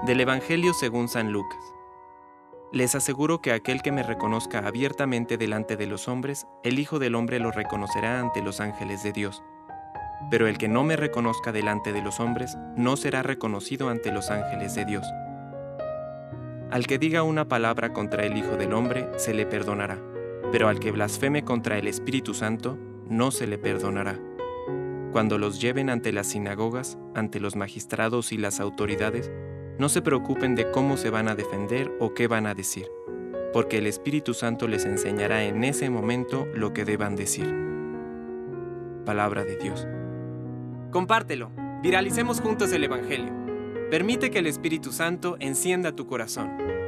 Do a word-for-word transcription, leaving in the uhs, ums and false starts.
Del Evangelio según San Lucas. Les aseguro que aquel que me reconozca abiertamente delante de los hombres, el Hijo del Hombre lo reconocerá ante los ángeles de Dios. Pero el que no me reconozca delante de los hombres, no será reconocido ante los ángeles de Dios. Al que diga una palabra contra el Hijo del Hombre, se le perdonará, pero al que blasfeme contra el Espíritu Santo, no se le perdonará. Cuando los lleven ante las sinagogas, ante los magistrados y las autoridades, no se preocupen de cómo se van a defender o qué van a decir, porque el Espíritu Santo les enseñará en ese momento lo que deban decir. Palabra de Dios. Compártelo, viralicemos juntos el Evangelio. Permite que el Espíritu Santo encienda tu corazón.